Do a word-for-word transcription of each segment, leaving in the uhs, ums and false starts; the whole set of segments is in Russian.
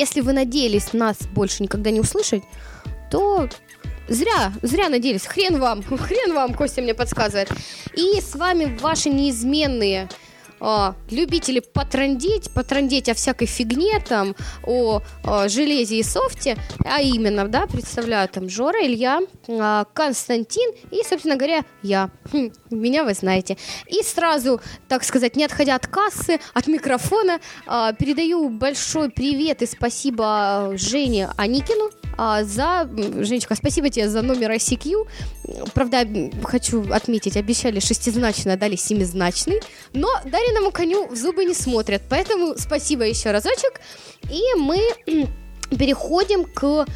если вы надеялись нас больше никогда не услышать, то зря, зря надеялись. Хрен вам, хрен вам, Костя мне подсказывает. И с вами ваши неизменные а, любители потрындеть, потрындеть о всякой фигне, там, о, о железе и софте, а именно, да, представляю, там, Жора, Илья, а, Константин и, собственно говоря, я. Хм, меня вы знаете. И сразу, так сказать, не отходя от кассы, от микрофона, а, передаю большой привет и спасибо Жене Аникину а, за... Женечка, спасибо тебе за номер ай си кью. Правда, хочу отметить, обещали шестизначный, а дали семизначный, но дареному коню в зубы не смотрят, поэтому спасибо еще разочек. И мы переходим к,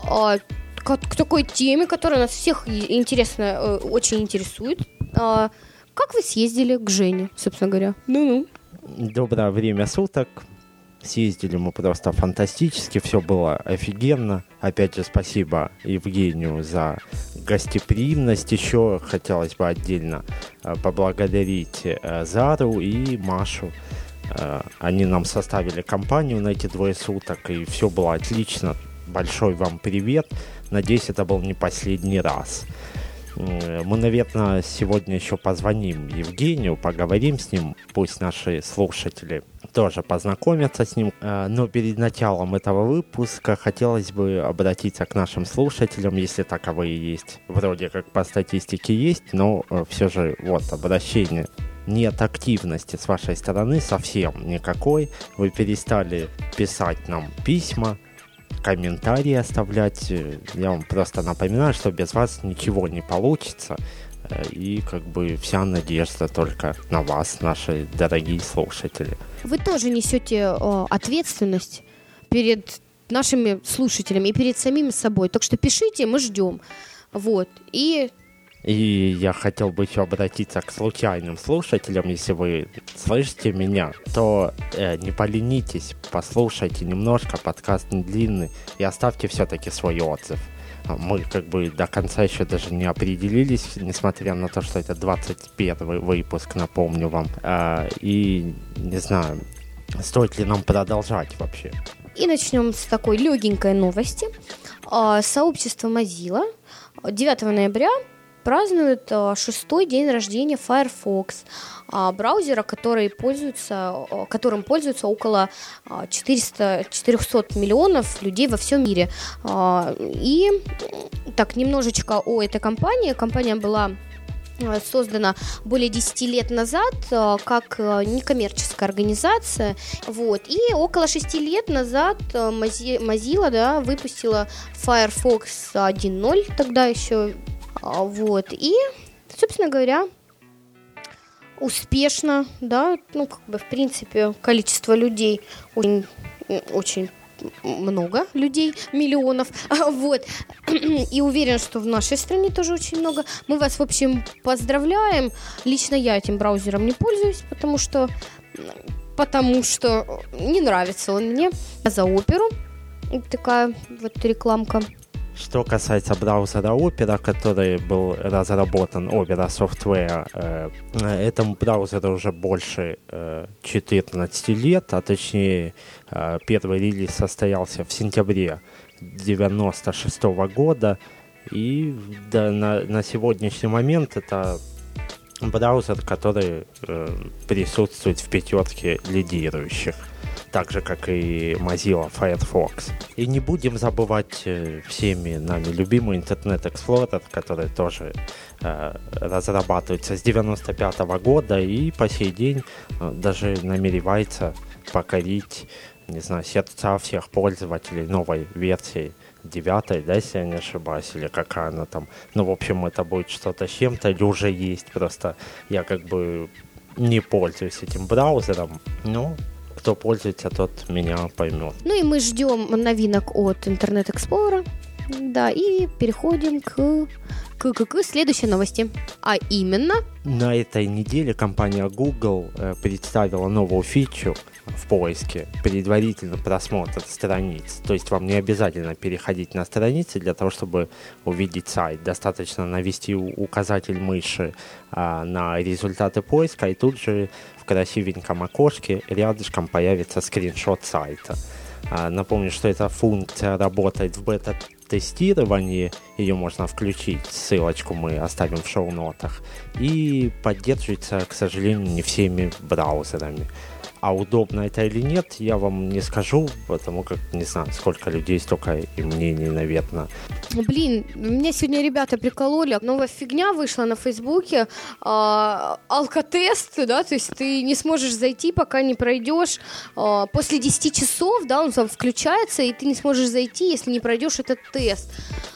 к, к такой теме, которая нас всех интересно, очень интересует. Как вы съездили к Жене, собственно говоря? Ну-ну. Доброе время суток. Съездили мы просто фантастически, все было офигенно. Опять же, спасибо Евгению за гостеприимность. Еще хотелось бы отдельно э, поблагодарить э, Зару и Машу. Э, они нам составили компанию на эти двое суток, и все было отлично. Большой вам привет. Надеюсь, это был не последний раз. Мы, наверное, сегодня еще позвоним Евгению, поговорим с ним, пусть наши слушатели тоже познакомятся с ним. Но перед началом этого выпуска хотелось бы обратиться к нашим слушателям, если таковые есть. Вроде как по статистике есть, но все же вот обращение. Нет активности с вашей стороны совсем никакой. Вы перестали писать нам письма, комментарии оставлять. Я вам просто напоминаю, что без вас ничего не получится. И как бы вся надежда только на вас, наши дорогие слушатели. Вы тоже несете э, ответственность перед нашими слушателями и перед самими собой. Так что пишите, мы ждем. Вот. И... И я хотел бы еще обратиться к случайным слушателям. Если вы слышите меня, то э, не поленитесь, послушайте немножко, подкаст не длинный, и оставьте все-таки свой отзыв. Мы как бы до конца еще даже не определились, несмотря на то, что это двадцать первый выпуск, напомню вам. Э, и не знаю, стоит ли нам продолжать вообще. И начнем с такой легенькой новости. Э, сообщество Mozilla девятого ноября празднует а, шестой день рождения Firefox, а, браузера, который пользуется, а, которым пользуются около а, четыреста миллионов людей во всем мире. А, и так, немножечко о этой компании. Компания была создана более десять лет назад как некоммерческая организация. Вот. И около шести лет назад Mozilla, да, выпустила Firefox один ноль, тогда еще. Вот. И, собственно говоря, успешно, да, ну, как бы, в принципе, количество людей очень, очень много людей, миллионов, вот, и уверен, что в нашей стране тоже очень много. Мы вас, в общем, поздравляем. Лично я этим браузером не пользуюсь, потому что, потому что не нравится он мне. За Оперу такая вот рекламка. Что касается браузера Opera, который был разработан Opera Software, э, этому браузеру уже больше э, четырнадцать лет, а точнее э, первый релиз состоялся в сентябре девяносто шестого года, и да, на, на сегодняшний момент это браузер, который э, присутствует в пятерке лидирующих, так же, как и Mozilla Firefox. И не будем забывать э, всеми нами любимый Internet Explorer, который тоже э, разрабатывается с девяносто пятого года и по сей день э, даже намеревается покорить, не знаю, сердца всех пользователей новой версии девятой, да, если я не ошибаюсь, или какая она там. Ну, в общем, это будет что-то с чем-то, или уже есть, просто я как бы не пользуюсь этим браузером, но кто пользуется, тот меня поймет. Ну и мы ждем новинок от Internet Explorer. Да, и переходим к, к, к, к следующей новости. А именно... На этой неделе компания Google э, представила новую фичу в поиске, предварительный просмотр страниц. То есть вам не обязательно переходить на страницы для того, чтобы увидеть сайт. Достаточно навести указатель мыши э, на результаты поиска, и тут же в красивеньком окошке рядышком появится скриншот сайта. Напомню, что эта функция работает в бета-тестировании. Ее можно включить. Ссылочку мы оставим в шоу-нотах. И поддерживается, к сожалению, не всеми браузерами. А удобно это или нет, я вам не скажу, потому как не знаю, сколько людей, столько и мнений, наверное. Блин, меня сегодня ребята прикололи. Новая фигня вышла на Фейсбуке. А, алкотест, да, то есть ты не сможешь зайти, пока не пройдешь. А, после десяти часов, да, он там включается, и ты не сможешь зайти, если не пройдешь этот тест.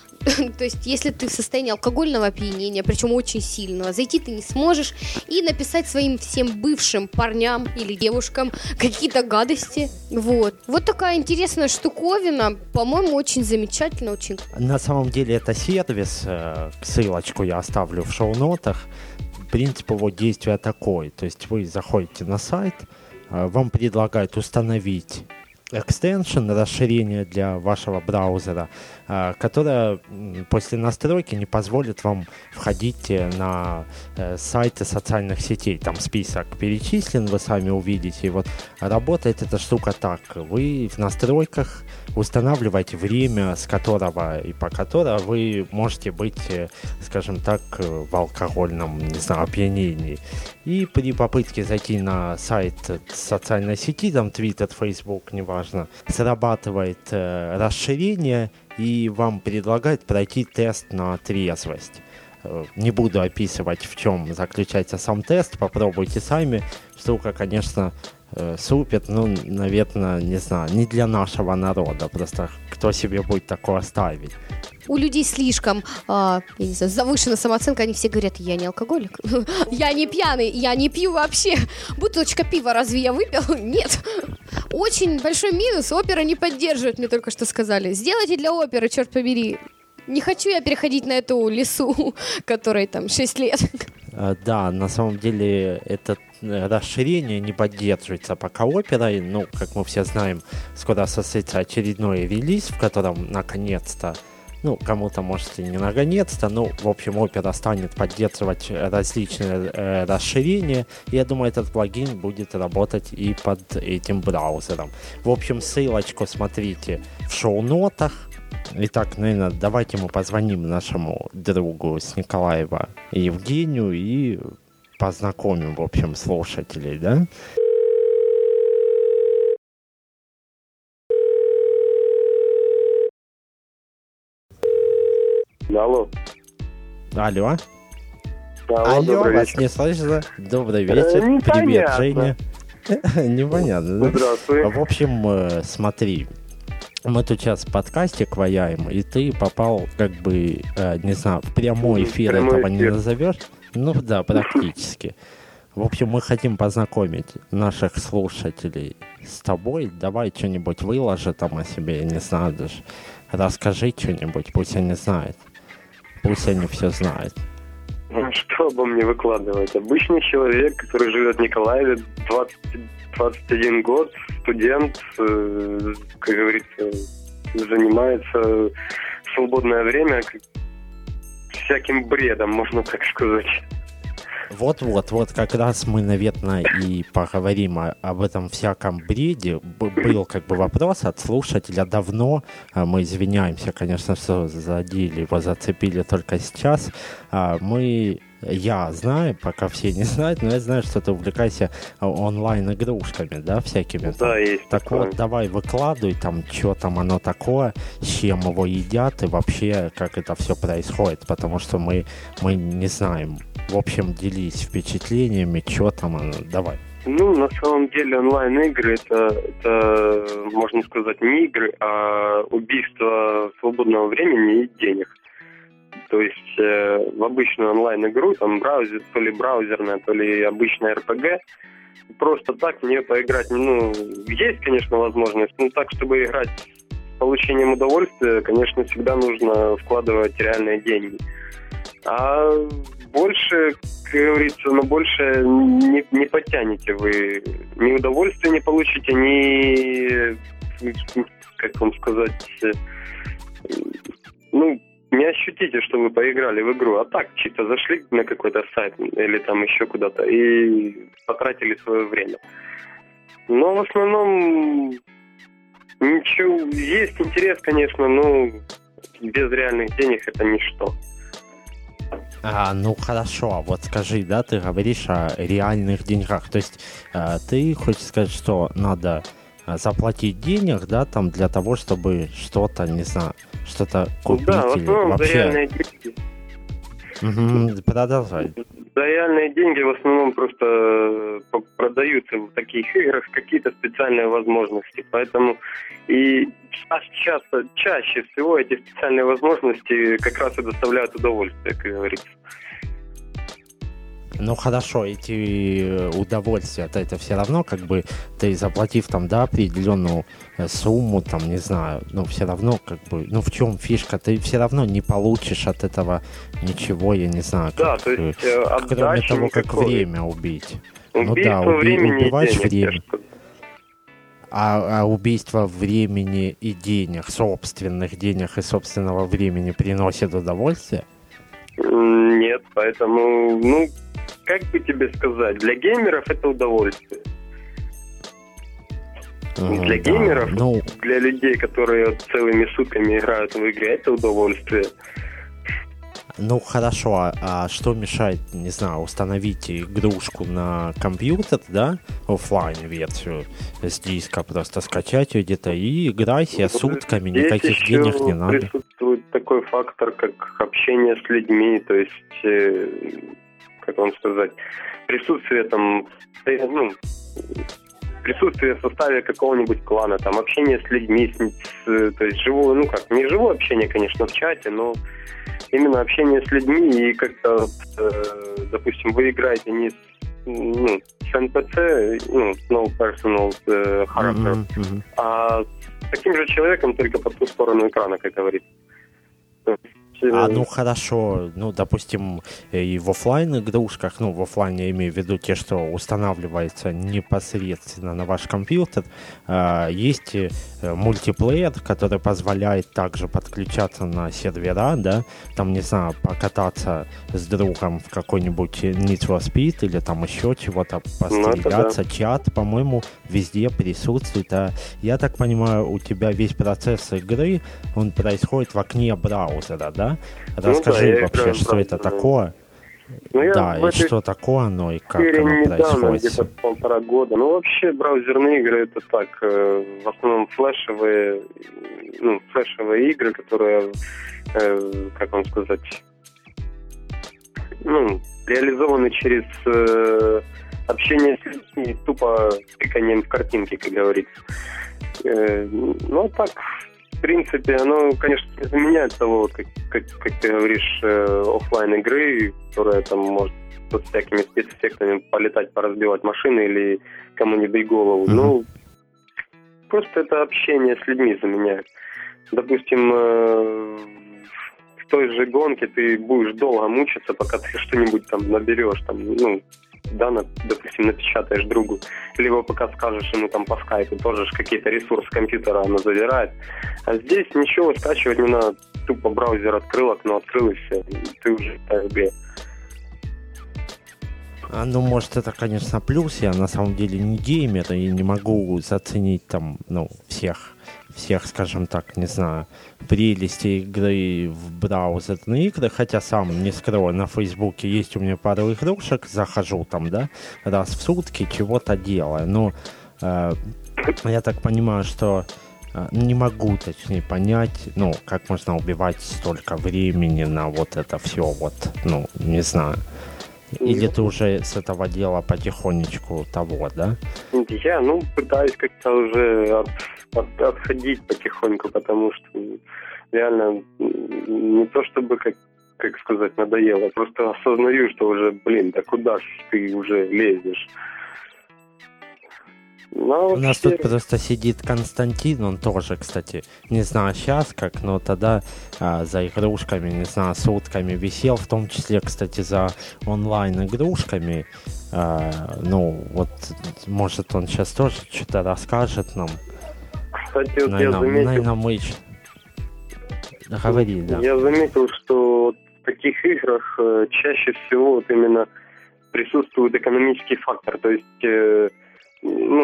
То есть, если ты в состоянии алкогольного опьянения, причем очень сильного, зайти ты не сможешь и написать своим всем бывшим парням или девушкам какие-то гадости. Вот. Вот такая интересная штуковина. По-моему, очень замечательно, очень. На самом деле это сервис, ссылочку я оставлю в шоу-нотах. Принцип его действия такой. То есть вы заходите на сайт, вам предлагают установить экстеншн, расширение для вашего браузера, которое после настройки не позволит вам входить на сайты социальных сетей. Там список перечислен, вы сами увидите. И вот работает эта штука так. Вы в настройках устанавливаете время, с которого и по которого вы можете быть, скажем так, в алкогольном, не знаю, опьянении. И при попытке зайти на сайт социальной сети, там Twitter, Facebook, неважно, срабатывает э, расширение, и вам предлагают пройти тест на трезвость. Э, не буду описывать, в чем заключается сам тест, попробуйте сами. Штука, конечно, э, супер, ну, наверное, не знаю, не для нашего народа, просто кто себе будет такое ставить. У людей слишком, а, я не знаю, завышена самооценка, они все говорят, я не алкоголик, я не пьяный, я не пью вообще. Бутылочка пива разве я выпил? Нет. Очень большой минус, опера не поддерживает, мне только что сказали. Сделайте для оперы, черт побери. Не хочу я переходить на эту лесу, которой там шесть лет. Да, на самом деле это расширение не поддерживается пока оперой. Ну, как мы все знаем, скоро состоится очередной релиз, в котором наконец-то, ну, кому-то, может, и не наконец-то, но, в общем, опера станет поддерживать различные э, расширения, и я думаю, этот плагин будет работать и под этим браузером. В общем, ссылочку смотрите в шоу-нотах. Итак, наверное, давайте мы позвоним нашему другу с Николаева Евгению и познакомим, в общем, слушателей, да? Алло. Алло. Алло, Алло, вас вечер. не слышно? Добрый вечер. Э, Привет, Женя. Непонятно, да? Здравствуй. В общем, смотри, мы тут сейчас подкастик ваяем, и ты попал, как бы, не знаю, в прямой эфир, Прямой этого эфир. не назовешь? Ну да, практически. В общем, мы хотим познакомить наших слушателей с тобой. Давай что-нибудь выложи там о себе, я не знаю даже. Расскажи что-нибудь, пусть они знают. Пусть они все знают. Что обо мне выкладывать? Обычный человек, который живет в Николаеве, двадцать, двадцать один год, студент, э, как говорится, занимается в свободное время всяким бредом, можно так сказать. Вот-вот, вот как раз мы, наверное, и поговорим о, об этом всяком бреде. Б- был как бы вопрос от слушателя давно. А, Мы извиняемся, конечно, что задели его, зацепили только сейчас. А, Мы, я знаю, пока все не знают, но я знаю, что ты увлекаешься онлайн-игрушками, да, всякими. там. Да, есть Так такое. вот, давай выкладывай там, что там оно такое, с чем его едят и вообще, как это все происходит, потому что мы, мы не знаем. В общем, делись впечатлениями, что там оно, давай. Ну, на самом деле онлайн-игры это, это, можно сказать, не игры, а убийство свободного времени и денег. То есть э, в обычную онлайн-игру, там браузер, то ли браузерная, то ли обычная эр пи джи, просто так в нее поиграть, ну, есть, конечно, возможность, но так, чтобы играть с получением удовольствия, конечно, всегда нужно вкладывать реальные деньги. А больше, как говорится, но больше не, не потянете вы. Ни удовольствия не получите, ни, как вам сказать, ну, не ощутите, что вы поиграли в игру. А так, чисто зашли на какой-то сайт или там еще куда-то и потратили свое время. Но в основном Ничего, есть интерес, конечно, но без реальных денег это ничто. А, ну хорошо, вот скажи, да, ты говоришь о реальных деньгах, то есть э, ты хочешь сказать, что надо заплатить денег, да, там для того, чтобы что-то, не знаю, что-то купить, да, в или основном вообще... за реальные деньги. Угу, продолжай. За реальные деньги в основном просто продаются в таких играх какие-то специальные возможности, поэтому и часто, чаще всего эти специальные возможности как раз и доставляют удовольствие, как говорится. Ну хорошо, эти удовольствия, это все равно, как бы ты заплатив там, да, определенную сумму, там, не знаю, но все равно, как бы, ну в чем фишка, ты все равно не получишь от этого ничего, я не знаю, да, как, то есть, э, кроме того, как никакой. время убить. Убийство ну да, уби- времени убивать и денег, время. А, а убийство времени и денег, собственных денег и собственного времени приносит удовольствие? Нет, поэтому, ну, как бы тебе сказать, для геймеров это удовольствие. Uh, для да, геймеров, ну... для людей, которые целыми сутками играют в игры, это удовольствие. Ну хорошо, а, а что мешает, не знаю, установить игрушку на компьютер, да, офлайн версию с диска, просто скачать ее где-то и играть себе сутками, Здесь никаких денег не надо. Присутствует такой фактор, как общение с людьми, то есть, э, как вам сказать, присутствие там, ну, присутствие в составе какого-нибудь клана, там, общение с людьми, с, с, то есть живое, ну как, не живое общение, конечно, в чате, но именно общение с людьми и как-то, э, допустим, вы играете не с, ну, с эн пи си, ну, no personal э, character, Mm-hmm, mm-hmm. а с таким же человеком, только по ту сторону экрана, как говорится. А, ну хорошо, ну, допустим, и в офлайн игрушках, ну, в офлайне я имею в виду те, что устанавливается непосредственно на ваш компьютер, э, есть э, мультиплеер, который позволяет также подключаться на сервера, да, там, не знаю, покататься с другом в какой-нибудь Need for Speed или там еще чего-то, постреляться, ну, да. Чат, по-моему, везде присутствует. А я так понимаю, у тебя весь процесс игры, он происходит в окне браузера, да? Расскажи ну, да, вообще, что это такое, ну, да, и что такое оно, и как оно недавно, происходит. Где-то полтора года. Ну, вообще, браузерные игры это так, э, в основном флешевые, ну, флешевые игры, которые, э, как вам сказать, ну, реализованы через э, общение с людьми, тупо тыканием в картинки, как говорится. Э, ну, так... В принципе, оно, конечно, не заменяет того, как, как, как ты говоришь, э, офлайн игры, которая там может с всякими спецэффектами полетать, поразбивать машины или кому-нибудь голову. Mm-hmm. Ну, просто это общение с людьми заменяет. Допустим, э, в той же гонке ты будешь долго мучиться, пока ты что-нибудь там наберешь, там, ну, да, на, допустим, напечатаешь другу, либо пока скажешь ему там по скайпу, тоже какие-то ресурсы компьютера она забирает. А здесь ничего скачивать не надо, тупо браузер открыл, окно открыл и все, и ты уже в игре. А, ну, может, это, конечно, плюс, я на самом деле не геймер и не могу заценить там, ну, всех, всех, скажем так, не знаю, прелести игры в браузерные игры, хотя сам, не скрою, на Фейсбуке есть у меня пару игрушек, захожу там, да, раз в сутки чего-то делаю, но э, я так понимаю, что э, не могу, точнее, понять, ну, как можно убивать столько времени на вот это все, вот, ну, не знаю. Или ты уже с этого дела потихонечку того, да? Я, ну, пытаюсь как-то уже от, от, отходить потихоньку, потому что реально не то чтобы, как, как сказать, надоело, просто осознаю, что уже, блин, да куда ж ты уже лезешь? Но у нас тут просто сидит Константин, он тоже, кстати, не знаю сейчас как, но тогда а, за игрушками, не знаю, сутками висел, в том числе, кстати, за онлайн-игрушками. А, ну, вот, может, он сейчас тоже что-то расскажет нам. Кстати, вот наверное, я заметил... Наверное, мы... Говори, да. Я заметил, что в таких играх э, чаще всего вот именно присутствует экономический фактор, то есть... Э, ну,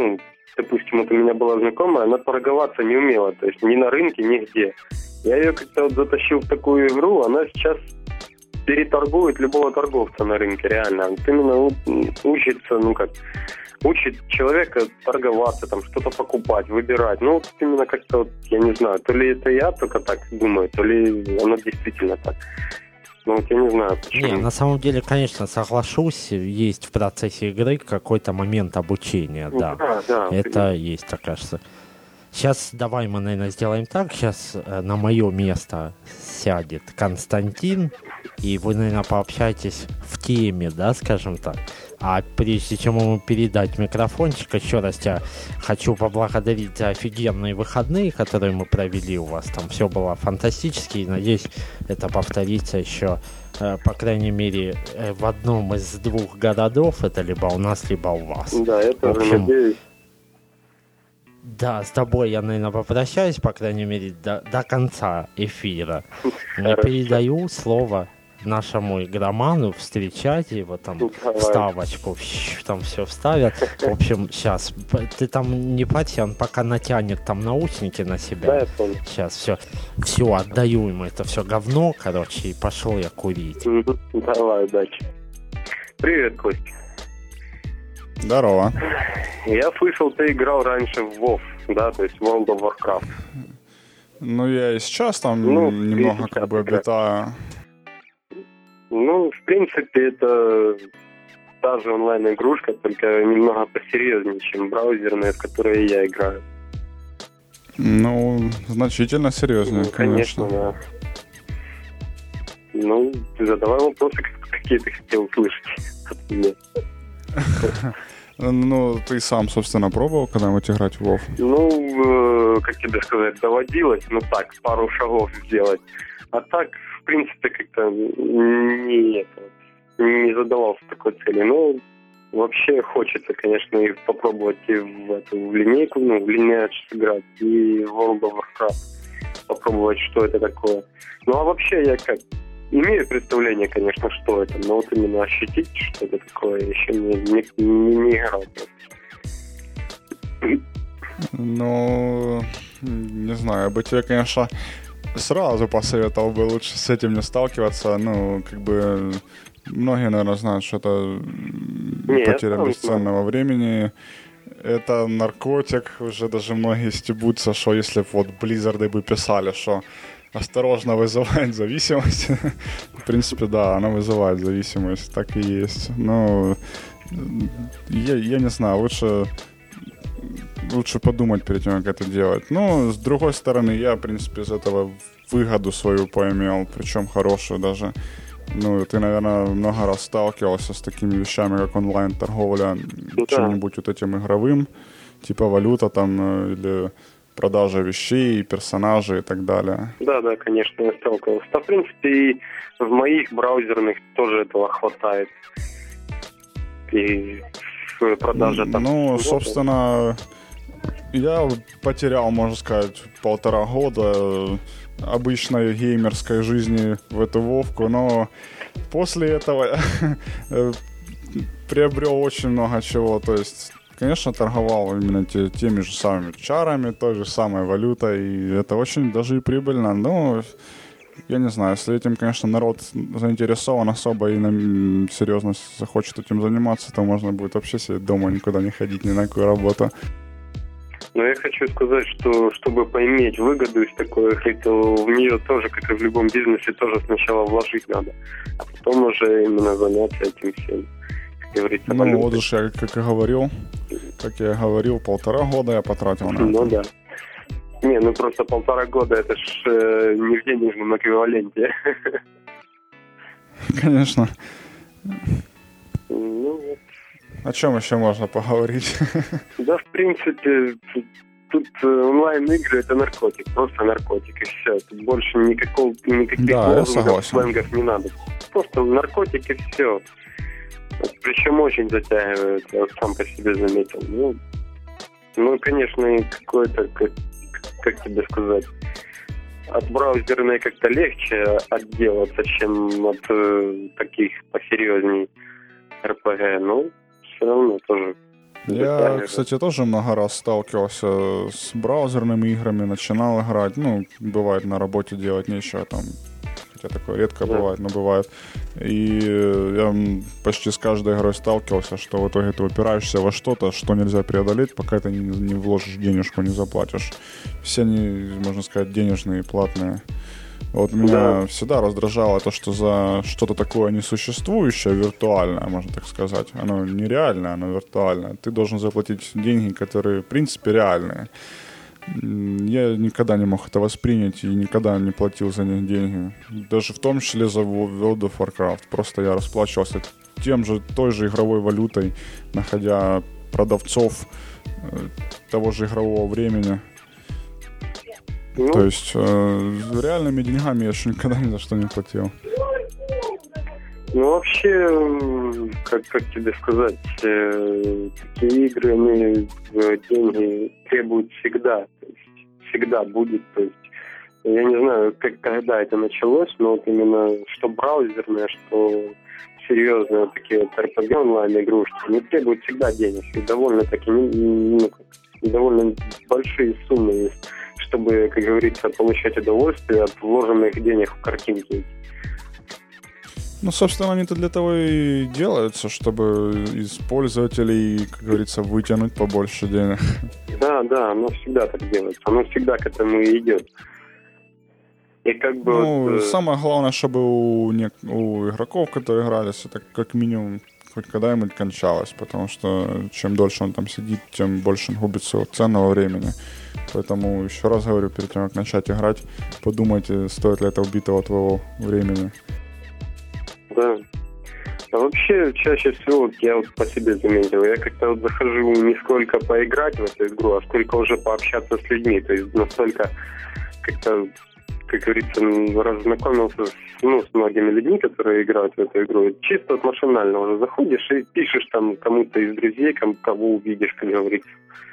допустим, вот у меня была знакомая, она торговаться не умела, то есть ни на рынке, нигде. Я ее как-то вот затащил в такую игру, она сейчас переторгует любого торговца на рынке, реально. Вот именно учится, ну как, учит человека торговаться, там, что-то покупать, выбирать. Ну, вот именно как-то, вот, я не знаю, то ли это я только так думаю, то ли оно действительно так. Ну, вот я не знаю, почему. Не, на самом деле, конечно, соглашусь, есть в процессе игры какой-то момент обучения, Ну, да. да, да. Это есть, так кажется. Сейчас давай мы, наверное, сделаем так. Сейчас э, на мое место сядет Константин, и вы, наверное, пообщаетесь в теме, да, скажем так. А прежде чем ему передать микрофончик, еще раз тебя хочу поблагодарить за офигенные выходные, которые мы провели у вас. Там все было фантастически, и надеюсь, это повторится еще, э, по крайней мере, э, в одном из двух городов. Это либо у нас, либо у вас. Да, я тоже общем, надеюсь. Да, с тобой я, наверное, попрощаюсь, по крайней мере, до, до конца эфира. Я Хорошо. передаю слово нашему игроману, встречать его, там, Давай. вставочку, там все вставят. В общем, сейчас, ты там не парься, он пока натянет там наушники на Да, себя. я понял. Сейчас все, все, отдаю ему это все говно, короче, и пошел я курить. Мгм. Давай, удачи. Привет, Костя. Здорово. Я слышал, ты играл раньше в WoW, да, то есть World of Warcraft. Ну, я и сейчас там Ну, немного и как бы сейчас, да. обитаю. Ну, в принципе, это та же онлайн-игрушка, только немного посерьезнее, чем браузерная, в которые я играю. Ну, значительно серьезнее, Ну, конечно. да. Ну, ты задавай вопросы, какие ты хотел услышать от меня. Ну, ты сам, собственно, пробовал когда-нибудь играть в WoW? Ну, э, как тебе сказать, доводилось, ну так, пару шагов сделать. А так, в принципе, как-то не, это, не задавался такой цели. Но вообще хочется, конечно, и попробовать и в эту в линейку, ну, в Lineage сыграть, и в World of Warcraft попробовать, что это такое. Ну, а вообще я как имею представление, конечно, что это, но вот именно ощутить, что это такое, еще не, не, не, не играл. Ну, не знаю, я бы тебе, конечно, сразу посоветовал бы лучше с этим не сталкиваться. Ну, как бы, многие, наверное, знают, что это Не, потеря я бесценного времени. Это наркотик, уже даже многие стебутся, что если вот Blizzard бы писали, что осторожно, вызывает зависимость. В принципе, да, она вызывает зависимость, так и есть. Но я, я не знаю, лучше, лучше подумать перед тем, как это делать. Но, с другой стороны, я, в принципе, из этого выгоду свою поимел, причем хорошую даже. Ну, ты, наверное, много раз сталкивался с такими вещами, как онлайн-торговля, Ну, чем-нибудь вот этим игровым, типа валюта там или продажа вещей, персонажей и так далее. Да, да, конечно, я сталкивался. Да, в принципе, и в моих браузерных тоже этого хватает. И продажа там... Ну, собственно, я потерял, можно сказать, полтора года обычной геймерской жизни в эту Вовку, но после этого приобрел очень много чего, то есть... Конечно, торговал именно те, теми же самыми чарами, той же самой валютой, и это очень даже и прибыльно. Но, я не знаю, если этим, конечно, народ заинтересован особо и на, серьезно захочет этим заниматься, то можно будет вообще сидеть дома, никуда не ходить, ни на какую работу. Но я хочу сказать, что чтобы поиметь выгоду из такой игры, то в нее тоже, как и в любом бизнесе, тоже сначала вложить надо, а потом уже именно заняться этим всем. Говорится, ну, валюты. Вот уж я, как и говорил, как я говорил, полтора года я потратил на ну, это. Да. Не, ну просто полтора года, это ж э, не в денежном эквиваленте. Конечно. Ну, вот. О чем еще можно поговорить? Да, в принципе, тут онлайн-игры — это наркотик, просто наркотик, и все. Тут больше никакого, никаких да, лозунгов, сленгов не надо. Просто наркотик, и все. Причем очень затягивает, я вот сам по себе заметил. Ну, ну конечно, и какое-то, как, как тебе сказать, от браузерной как-то легче отделаться, чем от э, таких посерьезней эр пи джи, но все равно тоже. Я, кстати, тоже много раз сталкивался с браузерными играми, начинал играть. Ну, бывает на работе делать нечего там. Хотя такое редко да. бывает, но бывает. И я почти с каждой игрой сталкивался, что в итоге ты упираешься во что-то, что нельзя преодолеть, пока ты не, не вложишь денежку, не заплатишь. Все они, можно сказать, денежные, платные. Вот меня да. всегда раздражало то, что за что-то такое несуществующее, виртуальное, можно так сказать, оно нереальное, оно виртуальное, ты должен заплатить деньги, которые, в принципе, реальные. Я никогда не мог это воспринять и никогда не платил за них деньги. Даже в том числе за World of Warcraft. Просто я расплачивался тем же, той же игровой валютой, находя продавцов того же игрового времени. Ну, то есть э, реальными деньгами я еще никогда ни за что не платил. Ну, вообще, как, как тебе сказать, э, такие игры, они деньги требуют всегда. То есть, всегда будет. То есть, я не знаю, как, когда это началось, но вот именно что браузерные, что серьезные вот такие вот эр пи джи онлайн-игрушки, они требуют всегда денег. И довольно-таки, ну, довольно большие суммы есть, чтобы, как говорится, получать удовольствие от вложенных денег в картинки. Ну, собственно, они-то для того и делаются, чтобы из пользователей, как говорится, вытянуть побольше денег. Да, да, оно всегда так делается. Оно всегда к этому и идет. И как бы ну, вот, самое главное, чтобы у, не... у игроков, которые игрались, это как минимум хоть когда-нибудь кончалось, потому что чем дольше он там сидит, тем больше он губит своего ценного времени. Поэтому еще раз говорю, перед тем, как начать играть, подумайте, стоит ли это убитого твоего времени. Да. А вообще, чаще всего, вот я вот по себе заметил, я как-то вот захожу не сколько поиграть в эту игру, а сколько уже пообщаться с людьми. То есть настолько как-то, как говорится, разнакомился с, ну, с многими людьми, которые играют в эту игру. Чисто вот машинально уже заходишь и пишешь там кому-то из друзей, кому, кого увидишь, как говорится.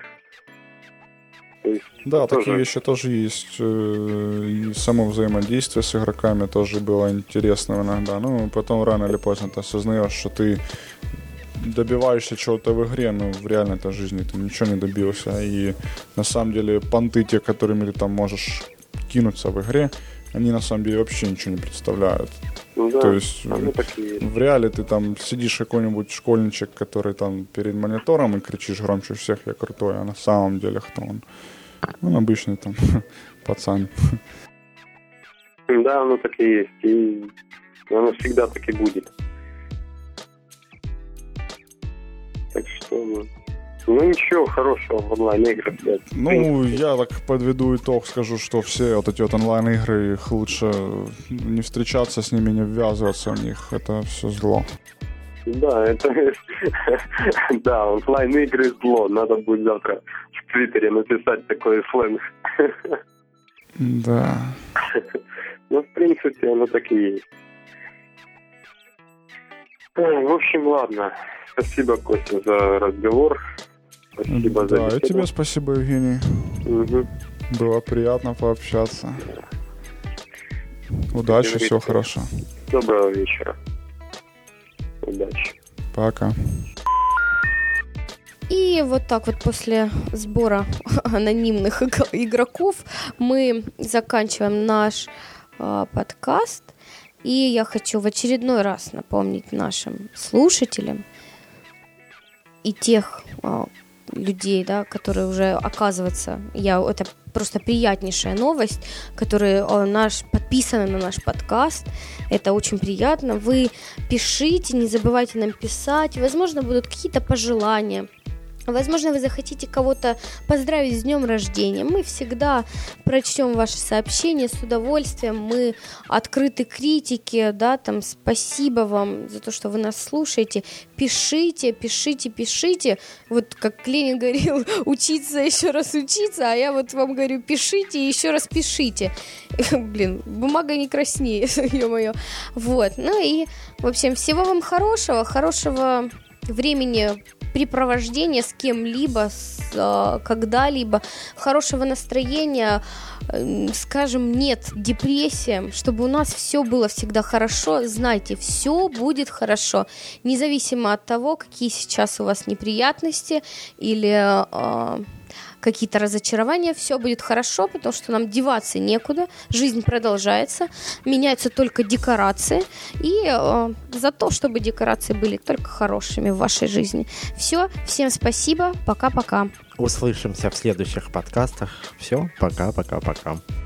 Есть, да, тоже... такие вещи тоже есть. И само взаимодействие с игроками тоже было интересно иногда. Ну, потом рано или поздно ты осознаешь, что ты добиваешься чего-то в игре, но в реальной-то жизни ты ничего не добился. И на самом деле понты, те, которыми ты там можешь кинуться в игре, они на самом деле вообще ничего не представляют. Ну, да, то есть в реале ты там сидишь какой-нибудь школьничек, который там перед монитором и кричишь громче всех, я крутой, а на самом деле кто он? Он обычный там пацан. Да, оно так и есть. И оно всегда так и будет. Так что, ну ничего хорошего в онлайн-играх. Ну, я так подведу итог, скажу, что все вот эти вот онлайн-игры, их лучше не встречаться с ними, не ввязываться в них. Это все зло. Да, это... да, онлайн-игры зло. Надо будет завтра в Твиттере написать такой сленг. Да. Ну, в принципе, оно так и есть. В общем, ладно. Спасибо, Костя, за разговор. Спасибо да, за беседу. Да, и тебе спасибо, Евгений. Угу. Было приятно пообщаться. Удачи, все хорошо. Доброго вечера. Удачи. Пока. И вот так вот после сбора анонимных игроков мы заканчиваем наш э, подкаст. И я хочу в очередной раз напомнить нашим слушателям и тех э, людей, да, которые уже, оказывается, я, это просто приятнейшая новость, которые э, наш, подписаны на наш подкаст. Это очень приятно. Вы пишите, не забывайте нам писать. Возможно, будут какие-то пожелания. Возможно, вы захотите кого-то поздравить с днем рождения. Мы всегда прочтем ваши сообщения с удовольствием. Мы открыты к критике, да, там, спасибо вам за то, что вы нас слушаете. Пишите, пишите, пишите. Вот как Ленин говорил, учиться, еще раз учиться, а я вот вам говорю, пишите и еще раз пишите. Блин, бумага не краснеет, ё-моё. Вот, ну и, в общем, всего вам хорошего, хорошего времени времяпрепровождения с кем-либо, с, э, когда-либо, хорошего настроения, э, скажем, нет депрессиям, чтобы у нас все было всегда хорошо. Знайте, все будет хорошо, независимо от того, какие сейчас у вас неприятности или э, какие-то разочарования, все будет хорошо, потому что нам деваться некуда, жизнь продолжается, меняются только декорации, и э, за то, чтобы декорации были только хорошими в вашей жизни. Все, всем спасибо, пока-пока. Услышимся в следующих подкастах. Все, пока-пока-пока.